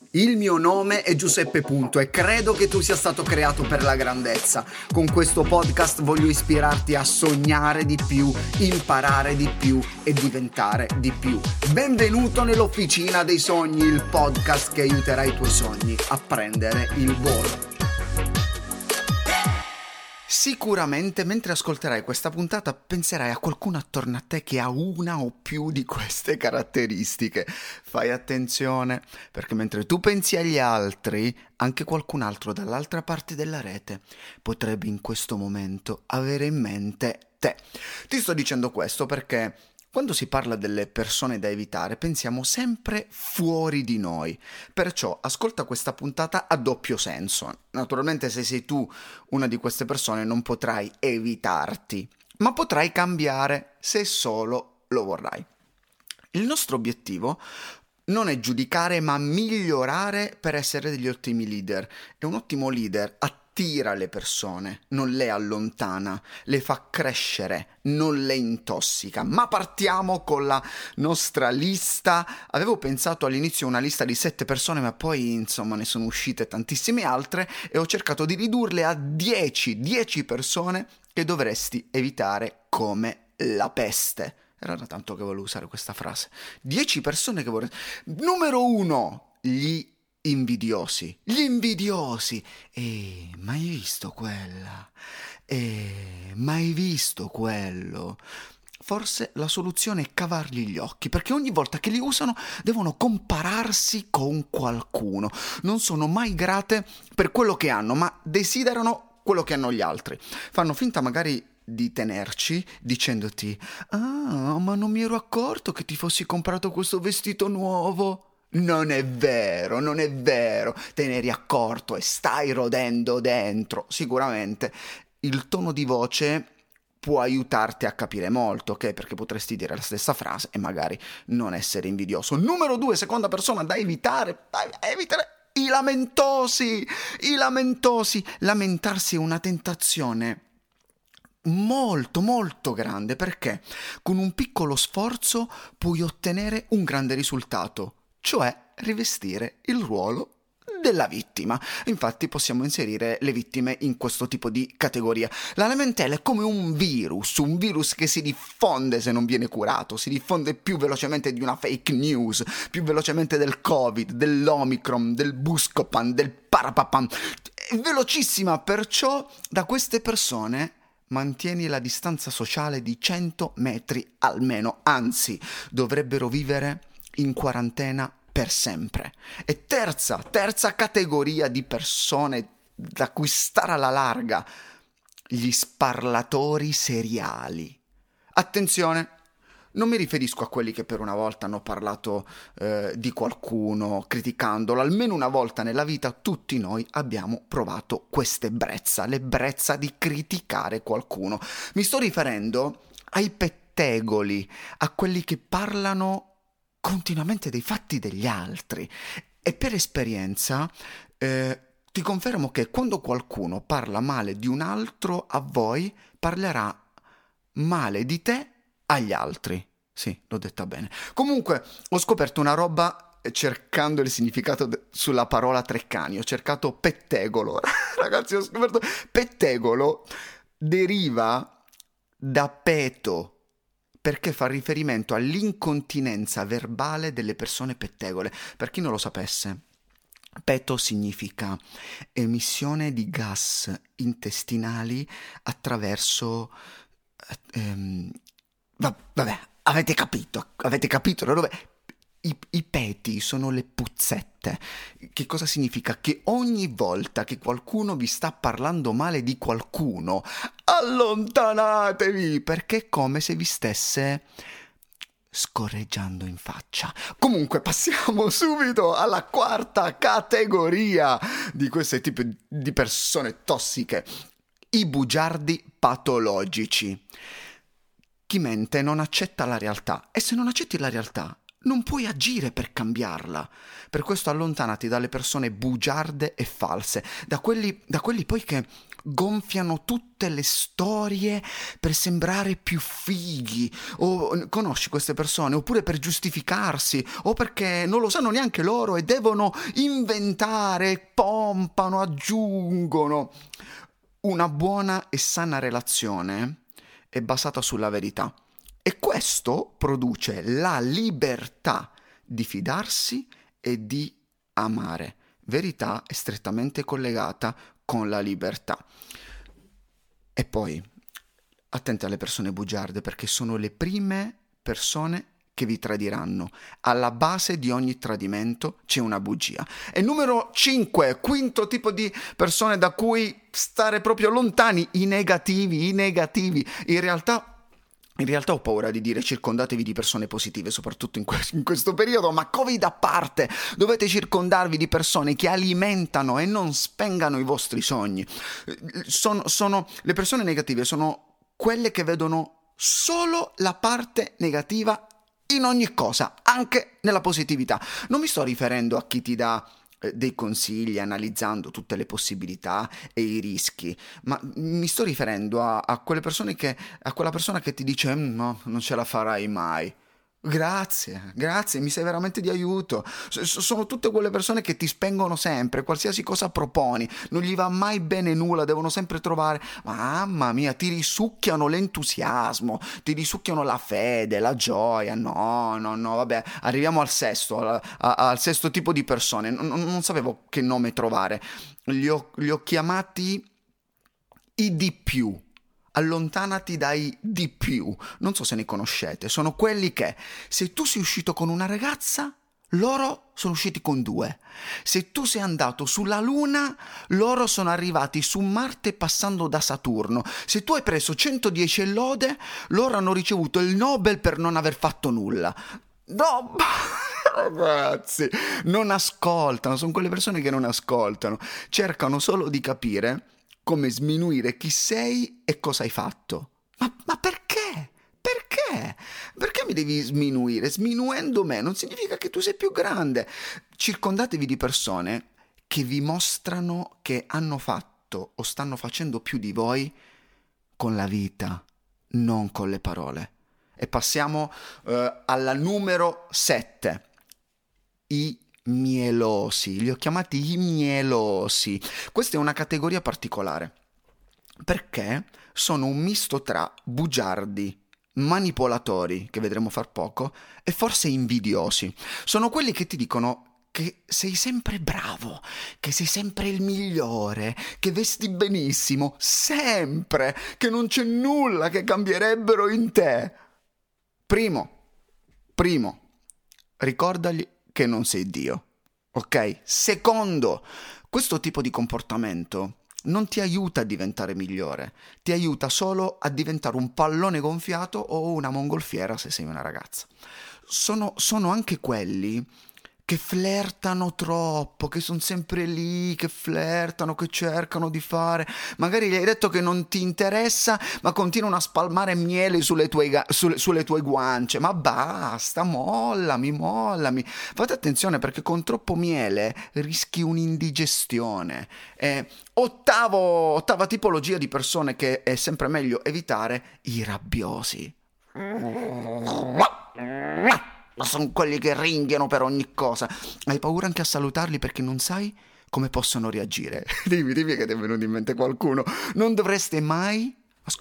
Il mio nome è Giuseppe Punto e credo che tu sia stato creato per la grandezza. Con questo podcast voglio ispirarti a sognare di più, imparare di più e diventare di più. Benvenuto nell'Officina dei Sogni, il podcast che aiuterà i tuoi sogni a prendere il volo. Sicuramente mentre ascolterai questa puntata penserai a qualcuno attorno a te che ha una o più di queste caratteristiche. Fai attenzione, perché mentre tu pensi agli altri, anche qualcun altro dall'altra parte della rete potrebbe in questo momento avere in mente te. Ti sto dicendo questo perché quando si parla delle persone da evitare, pensiamo sempre fuori di noi. Perciò ascolta questa puntata a doppio senso. Naturalmente se sei tu una di queste persone non potrai evitarti, ma potrai cambiare se solo lo vorrai. Il nostro obiettivo non è giudicare ma migliorare per essere degli ottimi leader. E un ottimo leader attira le persone, non le allontana, le fa crescere, non le intossica. Ma partiamo con la nostra lista. Avevo pensato all'inizio una lista di 7 persone, ma poi insomma ne sono uscite tantissime altre e ho cercato di ridurle a 10 persone che dovresti evitare come la peste. Era da tanto che volevo usare questa frase. 10 persone che vorrei... Numero 1, gli invidiosi. Gli invidiosi. Mai visto quella? Mai visto quello? Forse la soluzione è cavargli gli occhi, perché ogni volta che li usano devono compararsi con qualcuno. Non sono mai grate per quello che hanno, ma desiderano quello che hanno gli altri. Fanno finta magari di tenerci dicendoti: ah, ma non mi ero accorto che ti fossi comprato questo vestito nuovo. Non è vero, te ne eri accorto e stai rodendo dentro. Sicuramente il tono di voce può aiutarti a capire molto, ok? Perché potresti dire la stessa frase e magari non essere invidioso. Numero 2, seconda persona da evitare, i lamentosi. Lamentarsi è una tentazione molto grande, perché con un piccolo sforzo puoi ottenere un grande risultato, cioè rivestire il ruolo della vittima. Infatti possiamo inserire le vittime in questo tipo di categoria. La lamentela è come un virus che si diffonde se non viene curato, si diffonde più velocemente di una fake news, più velocemente del Covid, dell'Omicron, del Buscopan, del Parapapan. È velocissima, perciò da queste persone mantieni la distanza sociale di 100 metri almeno, anzi, dovrebbero vivere in quarantena per sempre. E terza categoria di persone da cui stare alla larga, gli sparlatori seriali. Attenzione! Non mi riferisco a quelli che per una volta hanno parlato di qualcuno, criticandolo. Almeno una volta nella vita tutti noi abbiamo provato l'ebbrezza di criticare qualcuno. Mi sto riferendo ai pettegoli, a quelli che parlano continuamente dei fatti degli altri. E per esperienza ti confermo che quando qualcuno parla male di un altro a voi, parlerà male di te agli altri. Sì, l'ho detta bene. Comunque, ho scoperto una roba cercando il significato sulla parola Treccani. Ho cercato pettegolo. Ragazzi, ho scoperto pettegolo deriva da peto, perché fa riferimento all'incontinenza verbale delle persone pettegole. Per chi non lo sapesse, peto significa emissione di gas intestinali attraverso... vabbè, avete capito da dove? I peti sono le puzzette. Che cosa significa? Che ogni volta che qualcuno vi sta parlando male di qualcuno, allontanatevi, perché è come se vi stesse scorreggiando in faccia. Comunque passiamo subito alla quarta categoria di questo tipo di persone tossiche: i bugiardi patologici. Chi mente non accetta la realtà, e se non accetti la realtà non puoi agire per cambiarla. Per questo allontanati dalle persone bugiarde e false, da quelli poi che gonfiano tutte le storie per sembrare più fighi, o conosci queste persone, oppure per giustificarsi, o perché non lo sanno neanche loro e devono inventare, pompano, aggiungono. Una buona e sana relazione è basata sulla verità e questo produce la libertà di fidarsi e di amare. Verità è strettamente collegata con la libertà. E poi, attenti alle persone bugiarde perché sono le prime persone che vi tradiranno. Alla base di ogni tradimento c'è una bugia. E numero 5, quinto tipo di persone da cui stare proprio lontani, i negativi. In realtà ho paura di dire circondatevi di persone positive, soprattutto in questo periodo, ma Covid a parte, dovete circondarvi di persone che alimentano e non spengano i vostri sogni. Le persone negative sono quelle che vedono solo la parte negativa in ogni cosa, anche nella positività. Non mi sto riferendo a chi ti dà dei consigli analizzando tutte le possibilità e i rischi, ma mi sto riferendo a quelle persone a quella persona che ti dice no, non ce la farai mai. Grazie, mi sei veramente di aiuto. Sono tutte quelle persone che ti spengono sempre, qualsiasi cosa proponi, non gli va mai bene nulla, devono sempre trovare, mamma mia, ti risucchiano l'entusiasmo, ti risucchiano la fede, la gioia. No, vabbè, arriviamo al sesto, al sesto tipo di persone. Non sapevo che nome trovare. Li ho chiamati i di più. Allontanati dai di più. Non so se ne conoscete. Sono quelli che, se tu sei uscito con una ragazza, loro sono usciti con due. Se tu sei andato sulla Luna, loro sono arrivati su Marte passando da Saturno. Se tu hai preso 110 lode, loro hanno ricevuto il Nobel per non aver fatto nulla. No, ragazzi, non ascoltano. Sono quelle persone che non ascoltano. Cercano solo di capire come sminuire chi sei e cosa hai fatto. Ma perché? Perché? Perché mi devi sminuire? Sminuendo me non significa che tu sei più grande. Circondatevi di persone che vi mostrano che hanno fatto o stanno facendo più di voi con la vita, non con le parole. E passiamo alla numero 7. I mielosi, li ho chiamati i mielosi. Questa è una categoria particolare perché sono un misto tra bugiardi, manipolatori, che vedremo far poco, e forse invidiosi. Sono quelli che ti dicono che sei sempre bravo, che sei sempre il migliore, che vesti benissimo, sempre, che non c'è nulla che cambierebbero in te. Primo, ricordagli che non sei Dio, ok? Secondo, questo tipo di comportamento non ti aiuta a diventare migliore, ti aiuta solo a diventare un pallone gonfiato o una mongolfiera se sei una ragazza. Sono anche quelli che flirtano troppo, che sono sempre lì, che flirtano, che cercano di fare. Magari gli hai detto che non ti interessa, ma continuano a spalmare miele sulle tue guance. Ma basta, mollami. Fate attenzione perché con troppo miele rischi un'indigestione. Ottava tipologia di persone che è sempre meglio evitare: i rabbiosi. Sono quelli che ringhiano per ogni cosa. Hai paura anche a salutarli perché non sai come possono reagire. Dimmi che ti è venuto in mente qualcuno. Non dovresti mai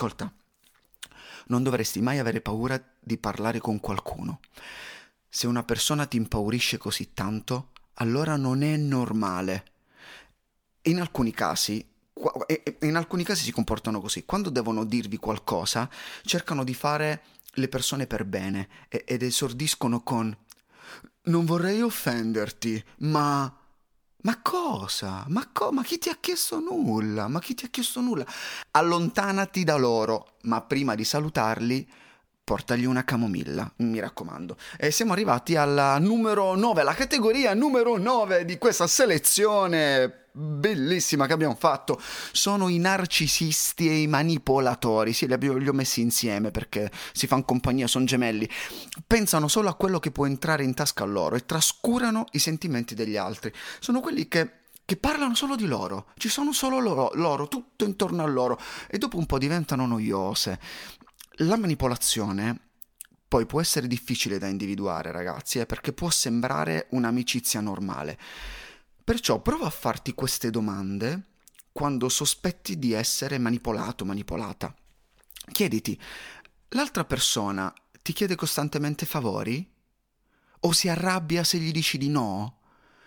avere paura di parlare con qualcuno. Se una persona ti impaurisce così tanto, allora non è normale. In alcuni casi si comportano così. Quando devono dirvi qualcosa, cercano di fare le persone per bene ed esordiscono con: non vorrei offenderti, ma cosa? Ma chi ti ha chiesto nulla? Allontanati da loro, ma prima di salutarli portagli una camomilla, mi raccomando. E siamo arrivati alla numero 9, la categoria numero 9 di questa selezione bellissima che abbiamo fatto. Sono i narcisisti e i manipolatori. Sì, li ho messi insieme perché si fanno compagnia, sono gemelli. Pensano solo a quello che può entrare in tasca a loro e trascurano i sentimenti degli altri. Sono quelli che che parlano solo di loro, ci sono solo loro, tutto intorno a loro, e dopo un po' diventano noiose. La manipolazione poi può essere difficile da individuare, ragazzi, perché può sembrare un'amicizia normale. Perciò prova a farti queste domande quando sospetti di essere manipolato, manipolata. Chiediti, l'altra persona ti chiede costantemente favori? O si arrabbia se gli dici di no?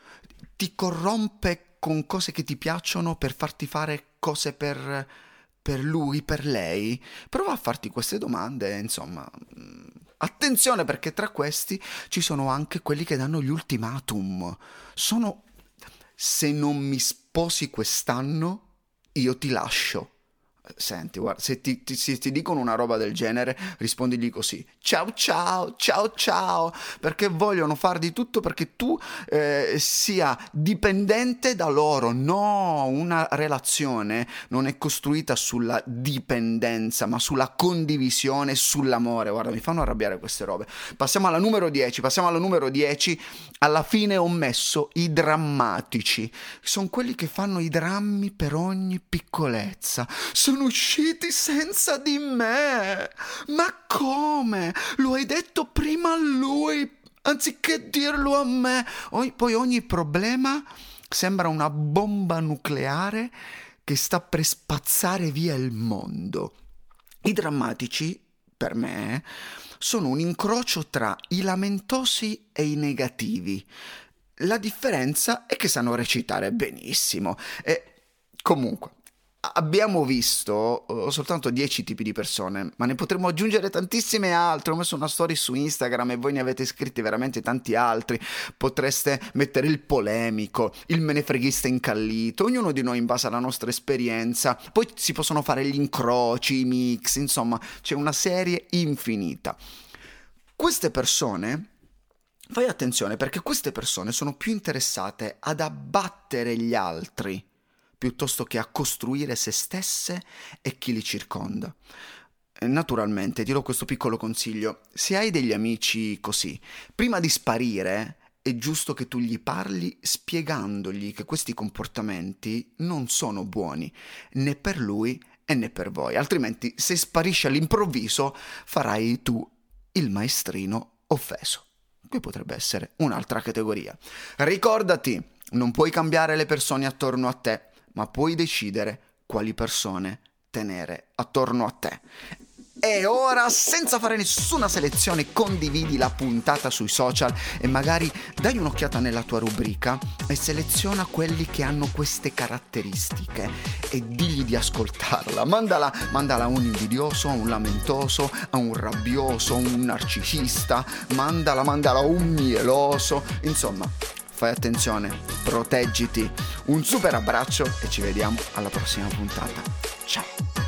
Ti corrompe con cose che ti piacciono per farti fare cose per lui, per lei? Prova a farti queste domande, insomma. Attenzione, perché tra questi ci sono anche quelli che danno gli ultimatum. Sono: se non mi sposi quest'anno, io ti lascio. Senti, guarda, se ti dicono una roba del genere, rispondigli così: ciao ciao, ciao ciao, perché vogliono far di tutto perché tu sia dipendente da loro. No, una relazione non è costruita sulla dipendenza, ma sulla condivisione, sull'amore. Guarda, mi fanno arrabbiare queste robe. Passiamo alla numero 10. Alla fine ho messo i drammatici. Sono quelli che fanno i drammi per ogni piccolezza. Sono usciti senza di me. Ma come? Lo hai detto prima a lui, anziché dirlo a me. Poi ogni problema sembra una bomba nucleare che sta per spazzare via il mondo. I drammatici, per me, sono un incrocio tra i lamentosi e i negativi. La differenza è che sanno recitare benissimo. E comunque, abbiamo visto soltanto 10 tipi di persone, ma ne potremmo aggiungere tantissime altre. Ho messo una story su Instagram e voi ne avete scritti veramente tanti altri. Potreste mettere il polemico, il menefreghista incallito, ognuno di noi in base alla nostra esperienza. Poi si possono fare gli incroci, i mix, insomma, c'è una serie infinita. Queste persone, fai attenzione, perché queste persone sono più interessate ad abbattere gli altri piuttosto che a costruire se stesse e chi li circonda. Naturalmente, ti do questo piccolo consiglio: se hai degli amici così, prima di sparire è giusto che tu gli parli spiegandogli che questi comportamenti non sono buoni, né per lui né per voi, altrimenti se sparisce all'improvviso farai tu il maestrino offeso. Qui potrebbe essere un'altra categoria. Ricordati, non puoi cambiare le persone attorno a te, ma puoi decidere quali persone tenere attorno a te. E ora, senza fare nessuna selezione, condividi la puntata sui social e magari dai un'occhiata nella tua rubrica e seleziona quelli che hanno queste caratteristiche e digli di ascoltarla. Mandala a un invidioso, a un lamentoso, a un rabbioso, a un narcisista, mandala a un mieloso, insomma. Fai attenzione, proteggiti. Un super abbraccio e ci vediamo alla prossima puntata. Ciao!